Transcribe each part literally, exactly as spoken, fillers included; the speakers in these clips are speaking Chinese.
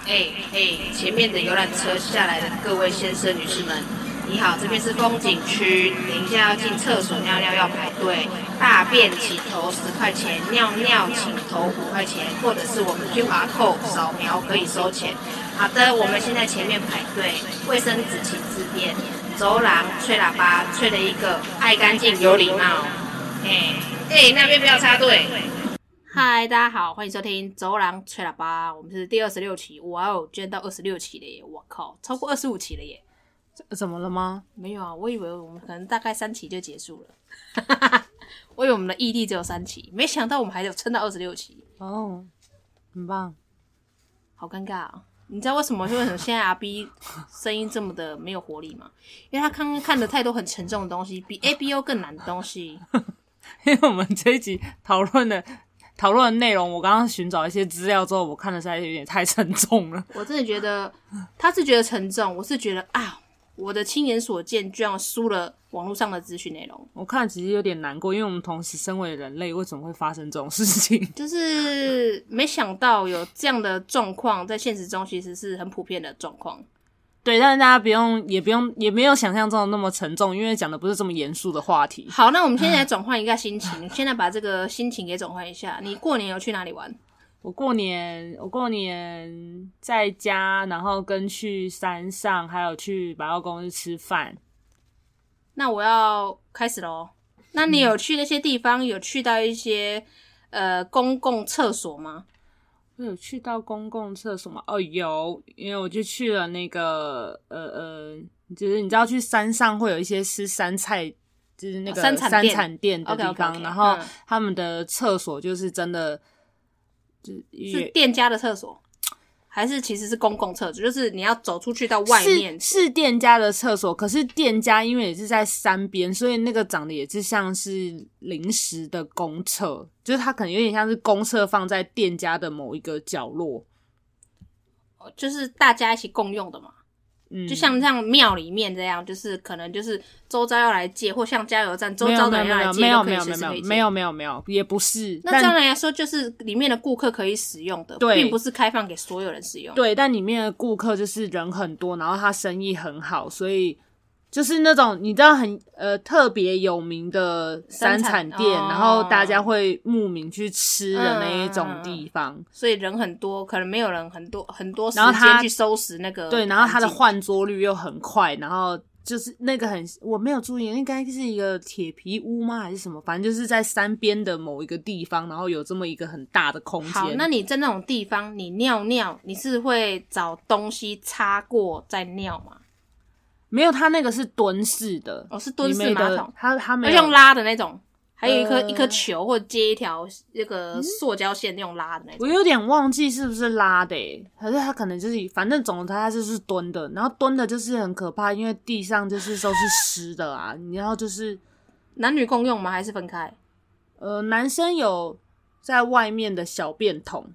哎哎，前面的游览车下来的各位先生女士们，你好，这边是风景区，等一下要进厕所尿尿要排队，大便请投十块钱，尿尿请投五块钱，或者是我们 Q R code 扫描可以收钱。好的，我们现在前面排队，卫生纸请自便，走廊吹喇叭，吹了一个爱干净有礼貌。哎哎，那边不要插队。嗨，大家好，欢迎收听走廊吹喇叭，我们是第二十六期，哇哦，居然到二十六期了耶！我靠，超过二十五期了耶！ 怎么了吗？ 没有啊，我以为我们可能大概三期就结束了，我以为我们的毅力只有三期，没想到我们还有撑到二十六期。 哦，很棒， 好尴尬啊！你知道为什么？为什么现在阿 B 声音这么的没有活力吗？因为他刚刚看了太多很沉重的东西，比 A B O 更难的东西。 因为我们这一集讨论的。讨论的内容，我刚刚寻找一些资料之后，我看的实在有点太沉重了。 我真的觉得，他是觉得沉重，我是觉得啊，我的亲眼所见居然输了网络上的资讯内容。 我看其实有点难过，因为我们同时身为人类，为什么会发生这种事情？ 就是没想到有这样的状况，在现实中其实是很普遍的状况。 对，但是大家不用，也不用，也没有想象中的那么沉重，因为讲的不是这么严肃的话题。 好，那我们现在来转换一下心情，现在把这个心情给转换一下。你过年有去哪里玩？ 我过年，我过年在家，然后跟去山上，还有去百货公司吃饭。 那我要开始咯。那你有去那些地方，有去到一些呃公共厕所吗？ 我有去到公共厕所吗？哦，有，因为我就去了那个呃呃，就是你知道去山上会有一些吃山菜，就是那个山产店, 产店的地方 okay, okay, okay, 然后他们的厕所就是真的， 就是店家的厕所，还是其实是公共厕所？就是你要走出去到外面， 是, 是店家的厕所，可是店家因为也是在山边，所以那个长得也是像是临时的公厕，就是它可能有点像是公厕放在店家的某一个角落， 就是大家一起共用的嘛。嗯，就像像庙里面这样，就是可能就是周遭要来借，或像加油站周遭的人要来借， 没有没有没有没有没有没有没有，也不是。 那这样来说，就是里面的顾客可以使用的，并不是开放给所有人使用。 对，但里面的顾客就是人很多，然后他生意很好，所以就是那种你知道很呃特别有名的山产店， 哦， 然后大家会慕名去吃的那一种地方， 嗯，所以人很多，可能没有人很多很多时间去收拾那个。 对，然后它的换桌率又很快，然后就是那个很我没有注意，应该是一个铁皮屋吗还是什么？反正就是在山边的某一个地方，然后有这么一个很大的空间。 好，那你在那种地方，你尿尿，你是会找东西擦过再尿吗？ 没有，他那个是蹲式的， 哦，是蹲式马桶， 他他没有用拉的那种，还有一颗、呃、一颗球或者接一条那个塑胶线用拉的那种。 我有点忘记是不是拉的诶，可是他可能就是反正总之他就是蹲的，然后蹲的就是很可怕，因为地上就是都是湿的啊，然后就是男女共用吗？还是分开？ 呃，男生有在外面的小便桶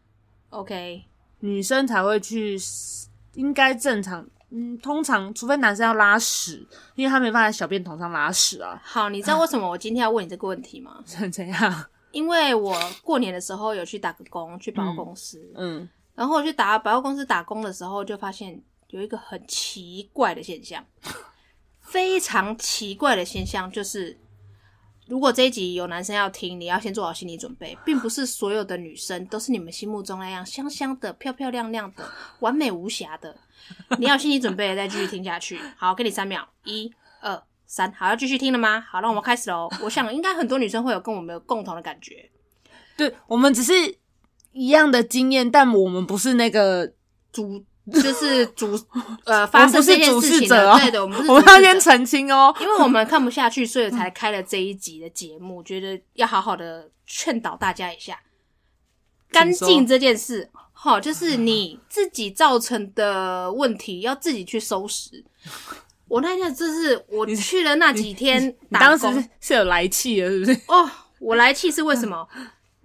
，OK， 女生才会去，应该正常。嗯，通常除非男生要拉屎，因为他没办法在小便桶上拉屎啊。 好，你知道为什么我今天要问你这个问题吗？ 是怎样？ 因为我过年的时候有去打个工，去百货公司， 嗯，嗯然后我去打百货公司打工的时候，就发现有一个很奇怪的现象，非常奇怪的现象就是。如果这一集有男生要听，你要先做好心理准备，并不是所有的女生都是你们心目中那样香香的、漂漂亮亮的、完美无瑕的。你要有心理准备再继续听下去。好，给你三秒，一、二、三，好，要继续听了吗？好，那我们开始咯。我想应该很多女生会有跟我们有共同的感觉。 对，我们只是一样的经验，但我们不是那个主。就是主呃发生这件事情的， 哦、 对的，我们是我们要先澄清哦， 因为我们看不下去，所以才开了这一集的节目，觉得要好好的劝导大家一下，干净这件事，齁，就是你自己造成的问题，要自己去收拾。我那天就是我去了那几天打工， 你当时是有来气了，是不是？ 哦，我来气是为什么？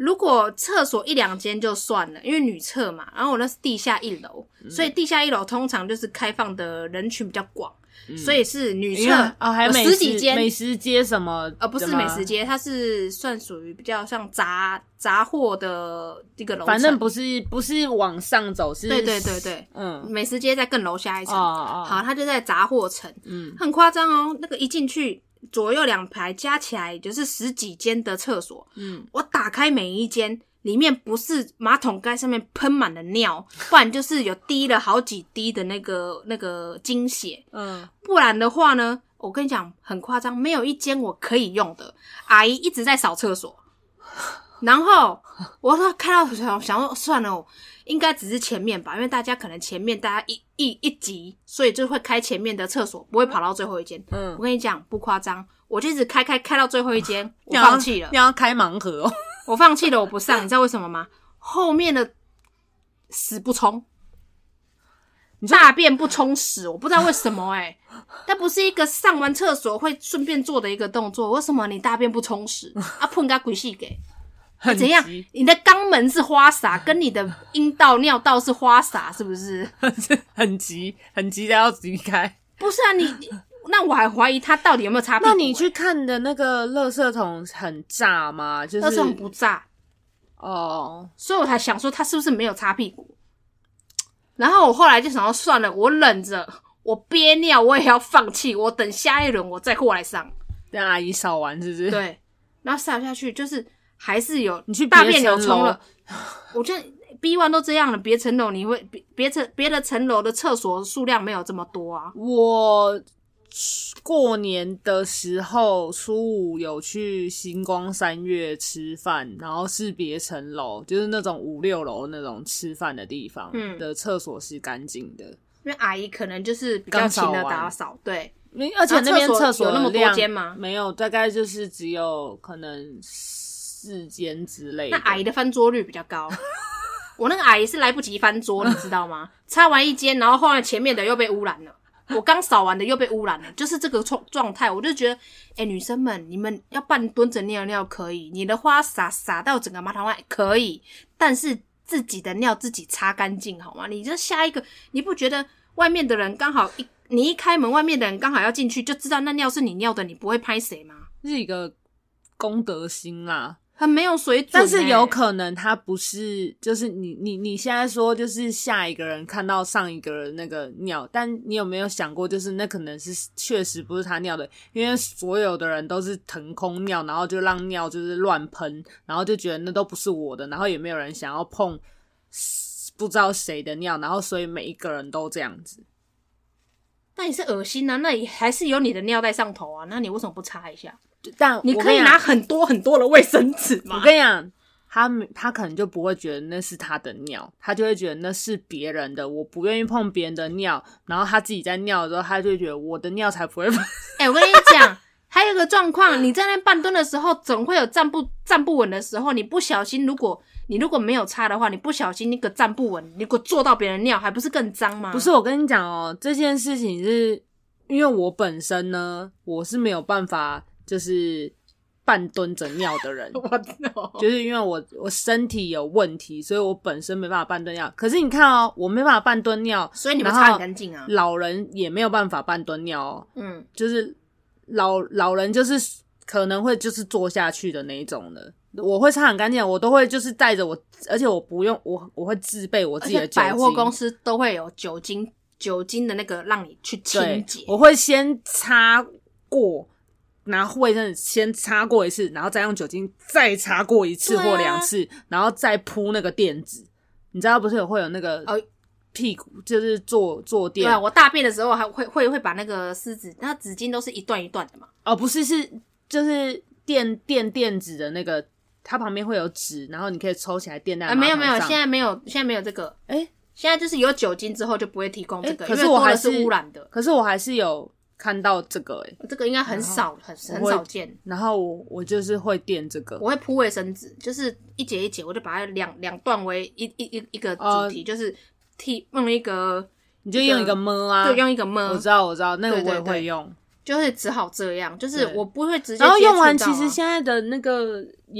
如果厕所一两间就算了，因为女厕嘛，然后我那是地下一楼、嗯、所以地下一楼通常就是开放的人群比较广、嗯、所以是女厕啊，还有十几间美食街什么， 呃不是美食街，它是算属于比较像杂杂货的一个楼层， 反正不是不是往上走，是对对对对，嗯，美食街在更楼下一层、 哦哦、 好，它就在杂货层， 嗯， 很夸张哦，那个一进去左右两排加起来就是十几间的厕所， 嗯， 我打开每一间，里面不是马桶盖上面喷满了尿，不然就是有滴了好几滴的那个那个精血， 嗯， 不然的话呢，我跟你讲很夸张，没有一间我可以用的，阿姨一直在扫厕所，然后我说看到想想说算了，应该只是前面吧，因为大家可能前面大家一一一集，所以就会开前面的厕所，不会跑到最后一间。嗯，我跟你讲不夸张，我就一直开开开到最后一间，我放弃了。 你要开盲盒哦， 我放弃了，我不上，你知道为什么吗？后面的屎不冲，大便不冲屎，我不知道为什么哎、欸，它不是一个上完厕所会顺便做的一个动作，为什么你大便不冲屎啊？喷个鬼戏给。欸、怎样？你的肛门是花洒，跟你的阴道、尿道是花洒，是不是？ 很急，很急的要离开。 不是啊，你那我还怀疑他到底有没有擦屁股、欸。 那你去看的那个垃圾桶很炸吗？就是垃圾桶不炸哦， 所以我才想说他是不是没有擦屁股。然后我后来就想说算了，我忍着，我憋尿我也要放弃，我等下一轮我再过来上。 让阿姨扫完是不是？ 对，然后扫下去就是。还是有你去大便有冲了，我觉得 B 一 都这样了，别层楼你会别层别的层楼的厕所数量没有这么多啊。 我过年的时候初五有去星光三月吃饭，然后是别层楼，就是那种五六楼那种吃饭的地方、嗯、的厕所是干净的， 因为阿姨可能就是比较勤的打扫，对， 而且那边厕所有那么多间吗？ 没有，大概就是只有可能四间之类的。 那阿姨的翻桌率比较高。我那个阿姨是来不及翻桌，你知道吗？擦完一间，然后后来前面的又被污染了，我刚扫完的又被污染了，就是这个状态。我就觉得，哎、欸，女生们，你们要半蹲着尿尿可以，你的花洒洒到整个马桶外可以，但是自己的尿自己擦干净好吗？你就下一个，你不觉得外面的人刚好一你一开门，外面的人刚好要进去，就知道那尿是你尿的，你不会拍谁吗？ 是一个公德心啦。 很没有水准、欸， 但是有可能他不是，就是你你你现在说就是下一个人看到上一个人那个尿，但你有没有想过，就是那可能是确实不是他尿的，因为所有的人都是腾空尿，然后就让尿就是乱喷，然后就觉得那都不是我的，然后也没有人想要碰不知道谁的尿，然后所以每一个人都这样子。 那你是恶心啊，那你还是有你的尿在上头啊，那你为什么不擦一下？ 但你可以拿很多很多的卫生纸嘛。 我跟你讲，他他可能就不会觉得那是他的尿，他就会觉得那是别人的，我不愿意碰别人的尿，然后他自己在尿的时候，他就会觉得我的尿才不会碰。 哎、欸，我跟你讲，还有一个状况，你在那半蹲的时候，总会有站不站不稳的时候，你不小心，如果你如果没有擦的话，你不小心那个站不稳，你如果坐到别人尿，还不是更脏吗？ 不是，我跟你讲哦，这件事情是因为我本身呢，我是没有办法。就是半蹲着尿的人，就是因为我我身体有问题，所以我本身没办法半蹲尿。可是你看哦，我没办法半蹲尿， 所以你们擦很干净啊。 老人也没有办法半蹲尿哦， 嗯， 就是老老人就是可能会就是坐下去的那一种的。我会擦很干净，我都会就是带着我，而且我不用我我会自备我自己的酒精。 百货公司都会有酒精酒精的那个让你去清洁。 我会先擦过。拿卫生纸先擦过一次，然后再用酒精再擦过一次或两次、啊、然后再铺那个垫子。你知道不是有会有那个屁股、哦、就是坐坐垫。 对啊，我大便的时候还会会会把那个湿纸，那纸巾都是一段一段的嘛。 哦，不是，是就是垫垫垫子的那个，它旁边会有纸，然后你可以抽起来垫在马桶上、 啊、没有没有，现在没有现在没有这个。 诶现在就是有酒精之后就不会提供这个， 可是我还是污染的。 可是我还是有看到这个诶、欸， 这个应该很少很很少见。 然后我我就是会垫这个， 我会铺卫生纸，就是一节一节，我就把它两两段为一一一一个主题，呃、就是替用一个， 你就用一个么啊， 对，用一个么， 我知道我知道，那个我也会用， 对对对，就是只好这样，就是我不会直接。 然后用完，其实现在的那个也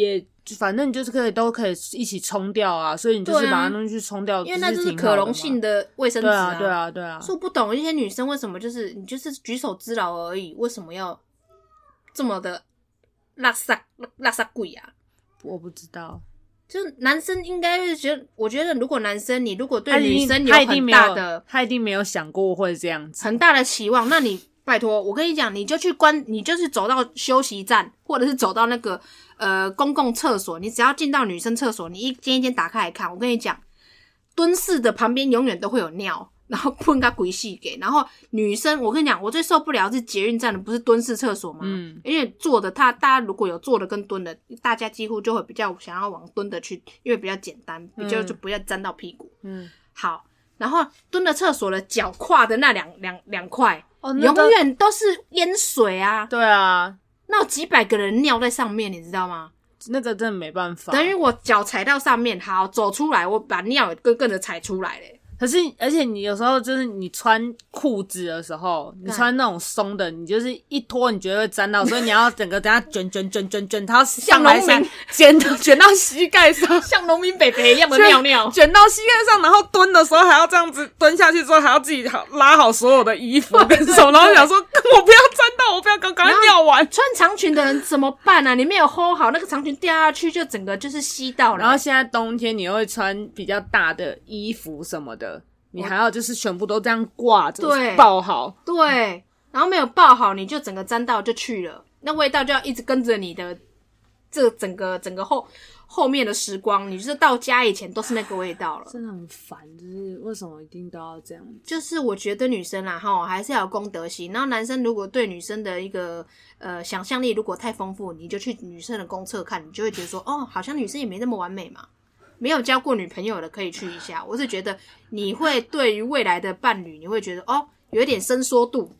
反正你就是可以都可以一起冲掉啊，所以你就是把它弄去冲掉， 因为那就是可溶性的卫生纸啊。 对啊，对啊，对啊。 所以我不懂一些女生为什么就是你就是举手之劳而已，为什么要这么的垃圾垃圾贵啊？ 我不知道。 就是男生应该是觉得，我觉得如果男生你如果对女生有很大的， 他一定没有想过会这样子， 很大的期望，那你拜托，我跟你讲，你就去关，你就是走到休息站，或者是走到那个呃公共厕所，你只要进到女生厕所，你一间一间打开来看，我跟你讲，蹲式的旁边永远都会有尿。然后喷个鬼细给，然后女生，我跟你讲，我最受不了是捷运站的，不是蹲式厕所吗？嗯，因为坐的，他大家如果有坐的跟蹲的，大家几乎就会比较想要往蹲的去，因为比较简单，比较就不要沾到屁股。嗯，好，然后蹲的厕所的脚跨的那两两两块，哦，那個、永远都是淹水啊。 对啊， 那有几百个人尿在上面，你知道吗？ 那个真的没办法。 等于我脚踩到上面，好走出来，我把尿也跟跟着踩出来嘞。 可是，而且你有时候就是你穿裤子的时候，你穿那种松的，你就是一脱，你觉得会沾到，所以你要整个等下卷卷卷卷卷，它上来下卷卷到膝盖上， 像农民伯伯一样的尿尿， 卷到膝盖上，然后蹲的时候还要这样子蹲下去之后，还要自己拉好所有的衣服跟手，然后想说我不要沾到，我不要刚刚尿完。 穿长裙的人怎么办啊？你没有 hold 好，那个长裙掉下去就整个就是吸到了。 然后现在冬天你又会穿比较大的衣服什么的。你还要就是全部都这样挂着，对，抱好， 对，然后没有抱好，你就整个沾到就去了，那味道就要一直跟着你的这整个整个后后面的时光，你就是到家以前都是那个味道了， 真的很烦，就是为什么一定都要这样？ 就是我觉得女生啦齁还是要有公德心，然后男生如果对女生的一个呃想象力如果太丰富，你就去女生的公厕看，你就会觉得说哦，好像女生也没那么完美嘛。没有交过女朋友的可以去一下，我是觉得你会对于未来的伴侣，你会觉得哦，有一点伸缩度，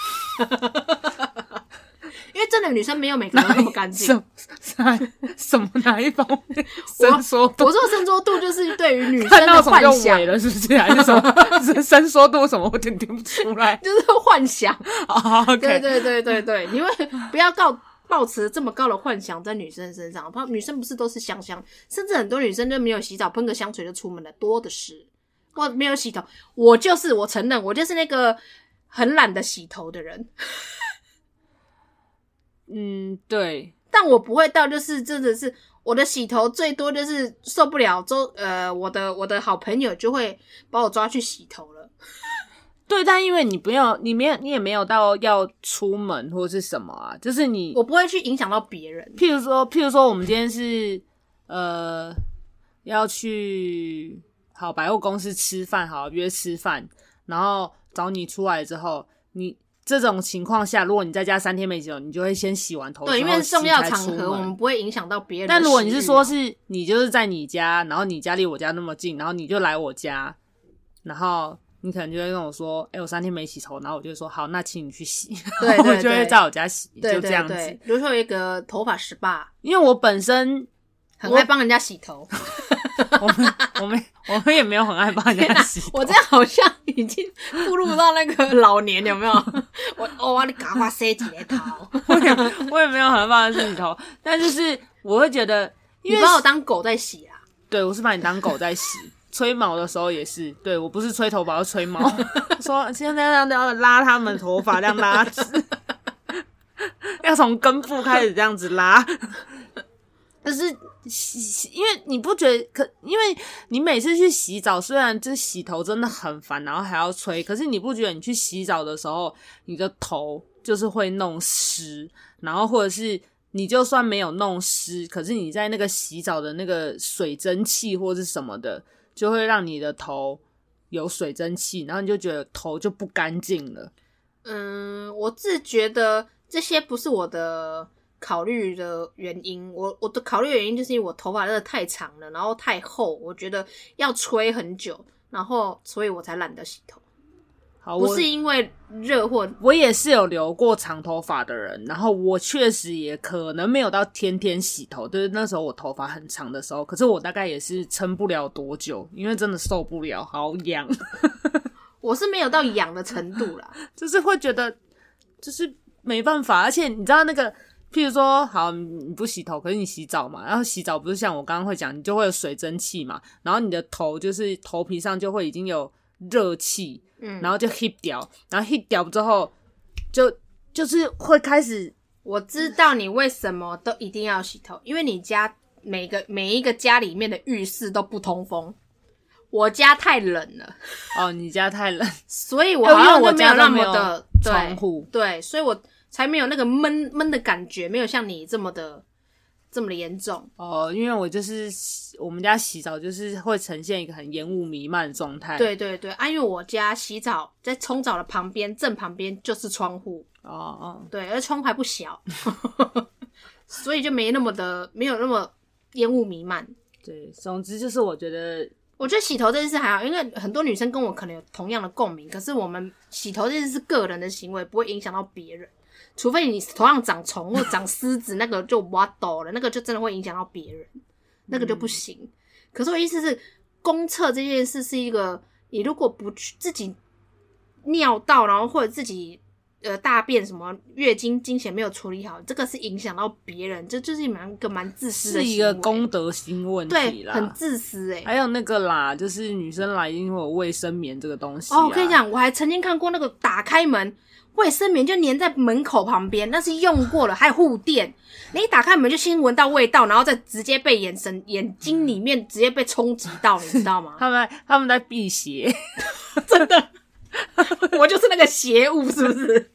因为真的女生没有每个人那么干净。 什, 什么哪一方面伸缩度？ 我说伸缩度就是对于女生的幻想了，是不是？还是什么伸缩度什么？我有点听不出来， 就是幻想。 哦、okay ， 对对对对对，你会不要告。抱持这么高的幻想在女生身上，女生不是都是香香，甚至很多女生就没有洗澡，喷个香水就出门了，多的是。我没有洗头，我就是我承认，我就是那个很懒得洗头的人。 嗯，对， 但我不会到就是真的是我的洗头最多就是受不了，周呃我的我的好朋友就会把我抓去洗头了。 对，但因为你不要，你没有，你也没有到要出门或是什么啊，就是你， 我不会去影响到别人。 譬如说，譬如说，我们今天是呃要去好百货公司吃饭，好约吃饭，然后找你出来之后，你这种情况下，如果你在家三天没洗头，你就会先洗完头， 对，因为重要场合我们不会影响到别人的。 但如果你是说是你就是在你家，然后你家离我家那么近，然后你就来我家，然后。你可能就会跟我说，哎、欸，我三天没洗头，然后我就会说，好，那请你去洗。 对对对， 我就会在我家洗， 对对对就这样子。 比如说有一个头发 S P A， 因为我本身很爱帮人家洗头。 我们我们我们也没有很爱帮人家洗头。 我这样好像已经步入到那个老年，有没有？我哦，我你赶快洗几个头。 我也我也没有很爱帮人家洗头，但就是我会觉得，因为你把我当狗在洗啊。 对，我是把你当狗在洗。吹毛的时候也是，对，我不是吹头发，我吹毛。说现在要要拉他们头发，这样拉直，要从根部开始这样子拉。但是因为你不觉得可，因为你每次去洗澡，虽然这洗头真的很烦，然后还要吹，可是你不觉得你去洗澡的时候，你的头就是会弄湿，然后或者是你就算没有弄湿，可是你在那个洗澡的那个水蒸气或是什么的。就会让你的头有水蒸气，然后你就觉得头就不干净了。 嗯，我自觉得这些不是我的考虑的原因，我我的考虑的原因就是因为我头发真的太长了，然后太厚，我觉得要吹很久，然后所以我才懒得洗头。 好， 不是因为热或我也是有留过长头发的人，然后我确实也可能没有到天天洗头，就是那时候我头发很长的时候，可是我大概也是撑不了多久，因为真的受不了，好痒。 我是没有到痒的程度啦， 就是会觉得就是没办法，而且你知道那个譬如说，好，你不洗头，可是你洗澡嘛，然后洗澡不是像我刚刚会讲，你就会有水蒸气嘛，然后你的头就是头皮上就会已经有热气，嗯，然后就 heat 掉，然后 heat 掉之后，就就是会开始。 我知道你为什么都一定要洗头，因为你家每个每一个家里面的浴室都不通风。我家太冷了。 哦，你家太冷， 所以我好像就没有那么的窗户， 对，所以我才没有那个闷闷的感觉，没有像你这么的这么的严重。 哦，因为我就是我们家洗澡就是会呈现一个很烟雾弥漫的状态。 对对对，啊，因为我家洗澡在冲澡的旁边正旁边就是窗户。 哦哦， 对，而窗户还不小，所以就没那么的没有那么烟雾弥漫。 对，总之就是我觉得。 我觉得洗头这件事还好，因为很多女生跟我可能有同样的共鸣。可是我们洗头这件事是个人的行为，不会影响到别人，除非你头上长虫或长虱子，那个就挖抖了，那个就真的会影响到别人，那个就不行。嗯、可是我意思是，公厕这件事是一个，你如果不去自己尿道，然后或者自己。呃，大便什么月经经血没有处理好，这个是影响到别人，这就是蛮个蛮自私的行为， 是一个公德心问题啦， 对，很自私欸。 还有那个啦，就是女生来一定会有卫生棉这个东西、啊。 哦，我跟你讲，我还曾经看过那个打开门，卫生棉就粘在门口旁边，那是用过了，还有护垫。你一打开门就先闻到味道，然后再直接被眼神眼睛里面直接被冲击到，你知道吗？ 他们他们在辟邪， 真的。我就是那个邪物，是不是？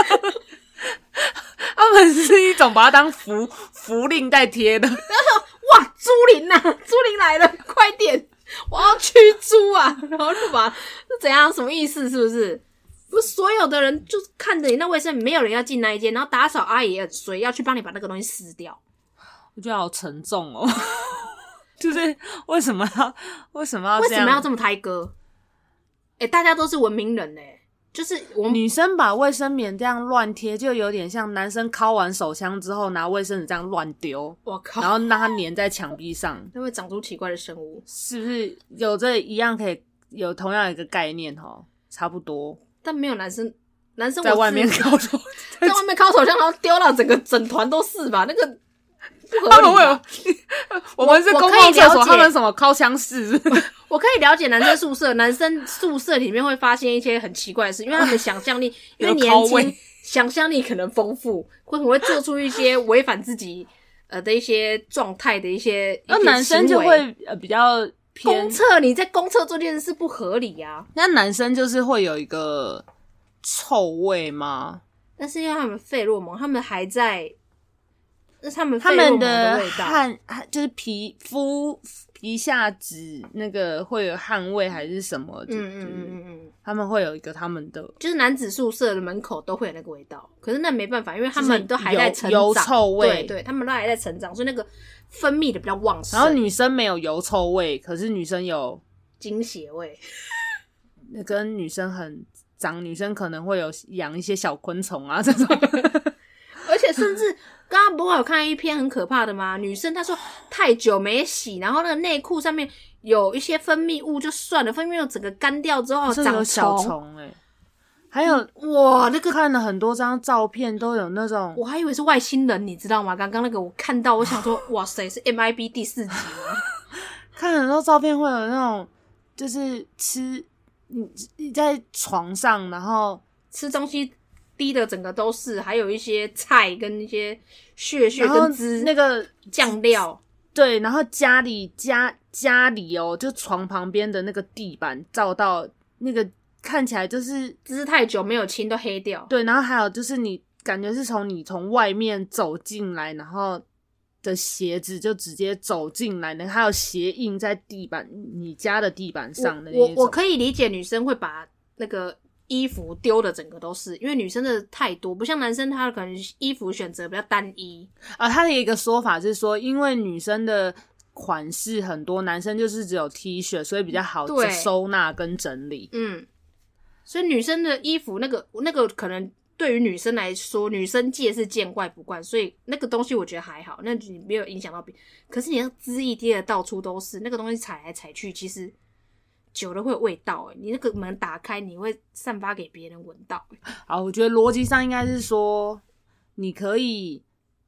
他们是一种把它当符符令在贴的。 然后说：“哇，猪灵啊，猪灵来了，快点，我要驱猪啊！”然后就把是怎样，什么意思？是不是？不是所有的人就是看着你那卫生，没有人要进那一间，然后打扫阿姨也很衰，要去帮你把那个东西撕掉。 我觉得好沉重哦，就是为什么要为什么要这样？ 为什么要这么胎哥？欸，大家都是文明人欸，就是我们女生把卫生棉这样乱贴，就有点像男生敲完手枪之后拿卫生纸这样乱丢， 我靠， 然后让它粘在墙壁上， 那会长出奇怪的生物， 是不是有这一样可以有同样一个概念齁？差不多， 但没有男生，男生在外面敲手， 在外面敲手枪，然后丢到整个整团都是吧？那个不合理吧。 他们会有，我们是公共厕所，他们什么敲枪室？ 我可以了解男生宿舍，男生宿舍里面会发现一些很奇怪的事，因为他们的想象力，因为年轻，想象力可能丰富，会很会做出一些违反自己呃的一些状态的一些。 那男生就会呃比较偏公厕，你在公厕做这件事不合理啊。 那男生就是会有一个臭味吗？ 但是因为他们费洛蒙，他们还在。那他们他们的汗就是皮肤皮下脂那个会有汗味还是什么？嗯嗯嗯嗯嗯，他们会有一个他们的， 就是男子宿舍的门口都会有那个味道。可是那没办法，因为他们都还在成长， 油臭味， 对对，他们都还在成长，所以那个分泌的比较旺盛。 然后女生没有油臭味，可是女生有精血味， 那跟女生很脏，女生可能会有养一些小昆虫啊这种。 而且甚至刚刚不是有看一篇很可怕的吗？女生她说太久没洗，然后那个内裤上面有一些分泌物就算了，分泌物整个干掉之后长小虫欸，还有、 嗯、哇那个看了很多张照片都有那种， 我还以为是外星人，你知道吗？刚刚那个我看到我想说哇塞是 M I B 第四集吗？ 看很多照片会有那种就是吃你你在床上然后吃东西滴的整个都是，还有一些菜跟一些血血跟汁， 那个酱料， 对，然后家里家家里哦，就床旁边的那个地板照到那个看起来就是汁太久没有清都黑掉， 对，然后还有就是你感觉是从你从外面走进来，然后的鞋子就直接走进来，还有鞋印在地板你家的地板上的那种。 我我可以理解女生会把那个衣服丢的整个都是，因为女生的太多，不像男生他可能衣服选择比较单一啊。他的一个说法是说，因为女生的款式很多，男生就是只有 T 恤，所以比较好收纳跟整理。 嗯，所以女生的衣服那个那个可能对于女生来说，女生界是见怪不怪，所以那个东西我觉得还好，那你没有影响到别人。可是你要恣意贴的到处都是，那个东西踩来踩去，其实久了会有味道欸，你那个门打开你会散发给别人闻到欸。 好，我觉得逻辑上应该是说你可以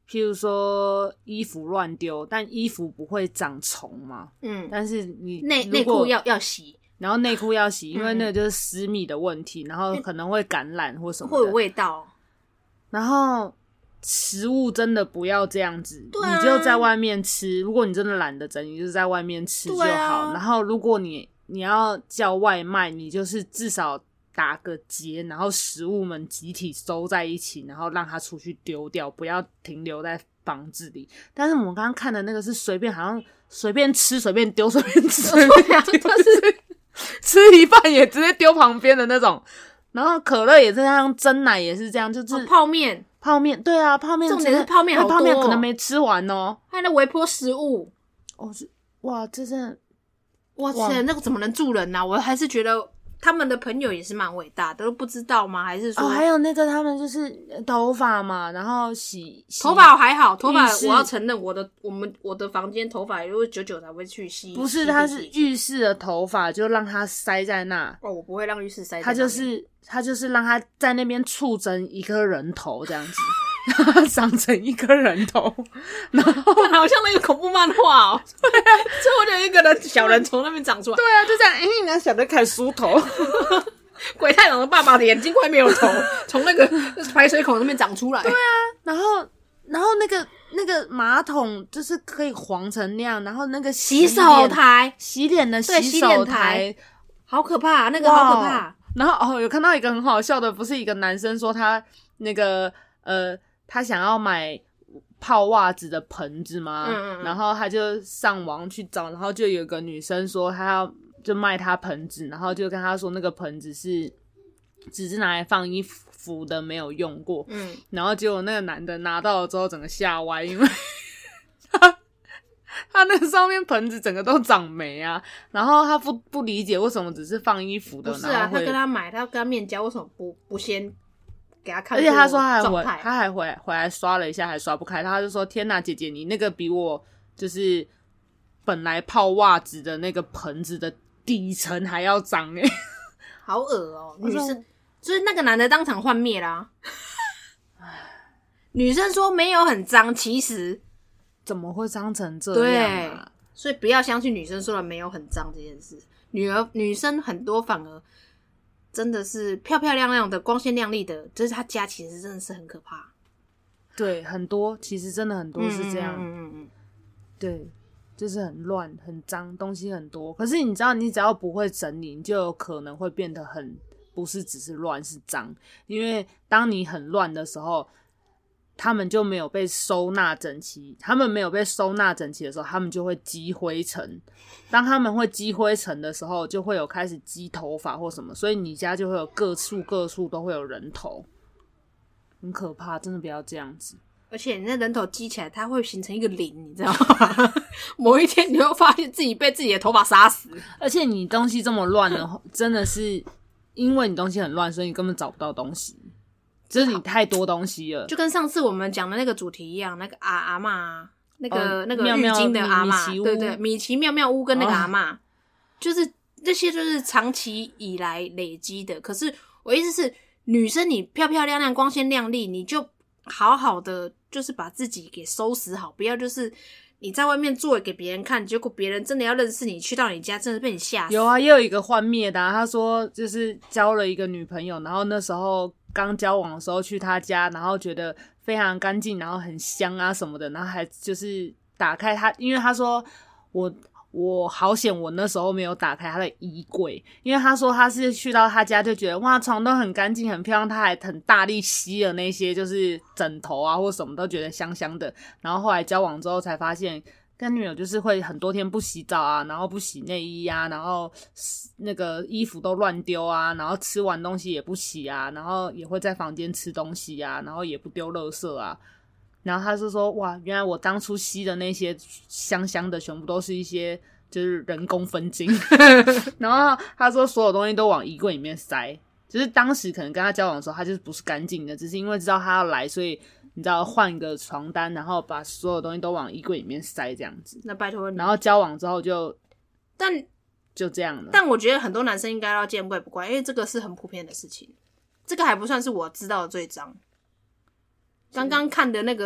譬如说衣服乱丢，但衣服不会长虫嘛，嗯，但是你内内裤要要洗， 然后内裤要洗，因为那个就是私密的问题，嗯、然后可能会感染或什么的， 会有味道。 然后食物真的不要这样子， 啊、 你就在外面吃。如果你真的懒得整，你就是在外面吃就好。啊、然后如果你你要叫外卖，你就是至少打个结，然后食物们集体收在一起，然后让它出去丢掉，不要停留在房子里。但是我们刚刚看的那个是随便，好像随便吃随便丢随便吃，就是吃一半也直接丢旁边的那种。然后可乐也是这样，珍奶也是这样，就是、 哦、泡面泡面对啊，泡面重点是泡面好多、哦、 泡面可能没吃完哦， 还有那微波食物哦，哇，这真的哇塞，那个怎么能住人啊？我还是觉得他们的朋友也是蛮伟大的，都不知道吗？还是说、 哦、还有那个他们就是头发嘛，然后洗, 洗头发还好，头发我要承认我的我们我的房间头发如果久久才会去洗， 不是，他是浴室的头发就让它塞在那。 哦，我不会让浴室塞在那， 他就是他就是让他在那边触成一个人头这样子。让它长成一个人头，然后好像那个恐怖漫画哦。对啊，最后就有一个人小人从那边长出来。 对啊，就这样，哎、欸，那小的开始梳头。 鬼太郎的爸爸的眼睛快没有头，从那个排水口那边长出来。 对啊，然后然后那个那个马桶就是可以黄成那样，然后那个洗手台、 洗脸的洗手台， 好可怕，那个好可怕。 然后哦，有看到一个很好笑的，不是一个男生说他那个呃。他想要买泡袜子的盆子吗？嗯嗯嗯，然后他就上网去找，然后就有个女生说她要就卖他盆子，然后就跟他说那个盆子是只是拿来放衣服的，没有用过。嗯，然后结果那个男的拿到了之后整个吓歪，因为他他那个上面盆子整个都长霉啊，然后他不不理解为什么只是放衣服的。 不是啊，他跟他买，他要跟他面交，为什么不不先给他看？ 而且他说他还回他还回来回来刷了一下，还刷不开。他就说：“天哪，姐姐，你那个比我就是本来泡袜子的那个盆子的底层还要脏哎、欸， 好恶哦、喔！女生就是那个男的当场幻灭啦。女生说没有很脏，其实怎么会脏成这样啊？ 对，所以不要相信女生说的没有很脏这件事。女儿女生很多反而。”真的是漂漂亮亮的光鲜亮丽的，就是他家其实真的是很可怕。 对，很多其实真的很多是这样。 嗯嗯嗯， 对，就是很乱很脏，东西很多。可是你知道，你只要不会整理，你就有可能会变得很不是只是乱，是脏。因为当你很乱的时候，他们就没有被收纳整齐，他们没有被收纳整齐的时候，他们就会积灰尘。当他们会积灰尘的时候，就会有开始积头发或什么，所以你家就会有各处各处都会有人头，很可怕，真的不要这样子。 而且你那人头积起来，它会形成一个零，你知道吗？某一天你会发现自己被自己的头发杀死。 而且你东西这么乱的，真的是因为你东西很乱，所以你根本找不到东西。就是你太多东西了， 就跟上次我们讲的那个主题一样，那个阿阿嬷，那个、哦、那个浴巾的阿嬷，对对，米奇妙妙屋跟那个阿嬷、哦，就是这些就是长期以来累积的。可是我意思是，女生你漂漂亮亮、光鲜亮丽，你就好好的就是把自己给收拾好，不要就是你在外面做给别人看，结果别人真的要认识你，去到你家真的被你吓死。 有啊，也有一个幻灭的、啊，他说就是交了一个女朋友，然后那时候。刚交往的时候去他家，然后觉得非常干净，然后很香啊什么的，然后还就是打开他，因为他说我我好险我那时候没有打开他的衣柜，因为他说他是去到他家就觉得哇床都很干净很漂亮，他还很大力吸了那些就是枕头啊或什么都觉得香香的，然后后来交往之后才发现跟女友就是会很多天不洗澡啊，然后不洗内衣啊，然后那个衣服都乱丢啊，然后吃完东西也不洗啊，然后也会在房间吃东西啊，然后也不丢垃圾啊。然后他是说哇，原来我当初吸的那些香香的全部都是一些就是人工分精。然后他说所有东西都往衣柜里面塞，就是当时可能跟他交往的时候他就是不是干净的，只是因为知道他要来，所以你知道换个床单，然后把所有东西都往衣柜里面塞这样子。 那拜托你。 然后交往之后就， 但就这样了。 但我觉得很多男生应该要见怪不怪，因为这个是很普遍的事情。这个还不算是我知道的最脏。刚刚看的那个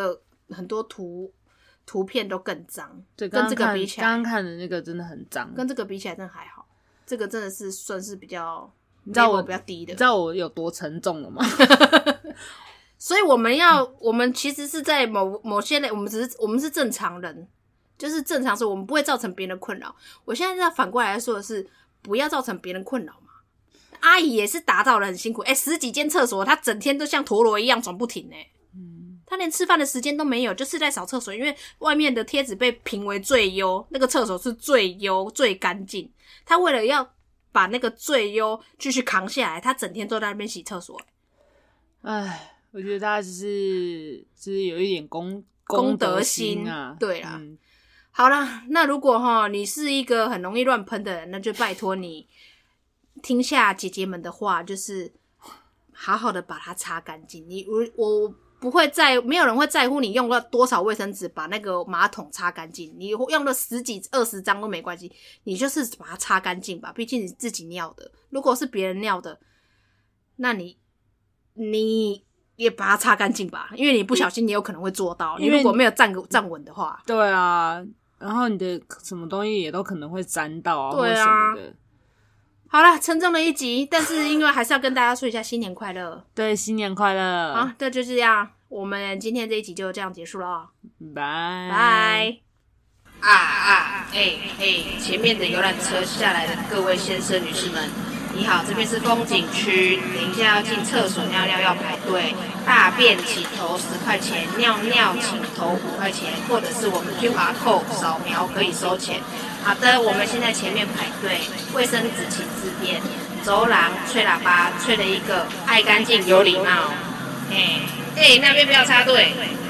很多图图片都更脏， 对， 跟这个比起来， 刚刚看的那个真的很脏， 跟这个比起来真的还好，这个真的是算是比较， 你知道我比较低的， 你知道我有多沉重了吗？ 所以我们要，我们其实是在某某些类，我们只是我们是正常人，就是正常是我们不会造成别人的困扰。我现在在反过来说的是，不要造成别人困扰嘛。阿姨也是打造的很辛苦，哎、欸，十几间厕所，她整天都像陀螺一样转不停哎、欸。嗯，她连吃饭的时间都没有，就是在扫厕所，因为外面的贴纸被评为最优，那个厕所是最优最干净。她为了要把那个最优继续扛下来，她整天都在那边洗厕所、欸。 唉。我觉得大家就是就是有一点公公德心啊， 对啦。 嗯、 好啦，那如果齁你是一个很容易乱喷的人，那就拜托你听下姐姐们的话，就是好好的把它擦干净。你我我不会在，没有人会在乎你用了多少卫生纸把那个马桶擦干净，你用了十几二十张都没关系，你就是把它擦干净吧。毕竟你自己尿的，如果是别人尿的，那你你。也把它擦干净吧，因为你不小心你有可能会做到，你如果没有站站稳的话。 对啊，然后你的什么东西也都可能会沾到啊， 对啊， 或者什么的。 好啦，沉重的一集，但是因为还是要跟大家说一下新年快乐。 对，新年快乐。 好，那就这样，我们今天这一集就这样结束了。 拜拜。 啊啊，哎哎，前面的游览车下来的各位先生女士们。你好，这边是风景区，等一下要进厕所尿尿要排队，大便请投十块钱，尿尿请投五块钱，或者是我们 Q R code 扫描可以收钱。好的，我们现在前面排队，卫生纸请自便，走廊吹喇叭吹了一个爱干净有礼貌，哎哎，那边不要插队。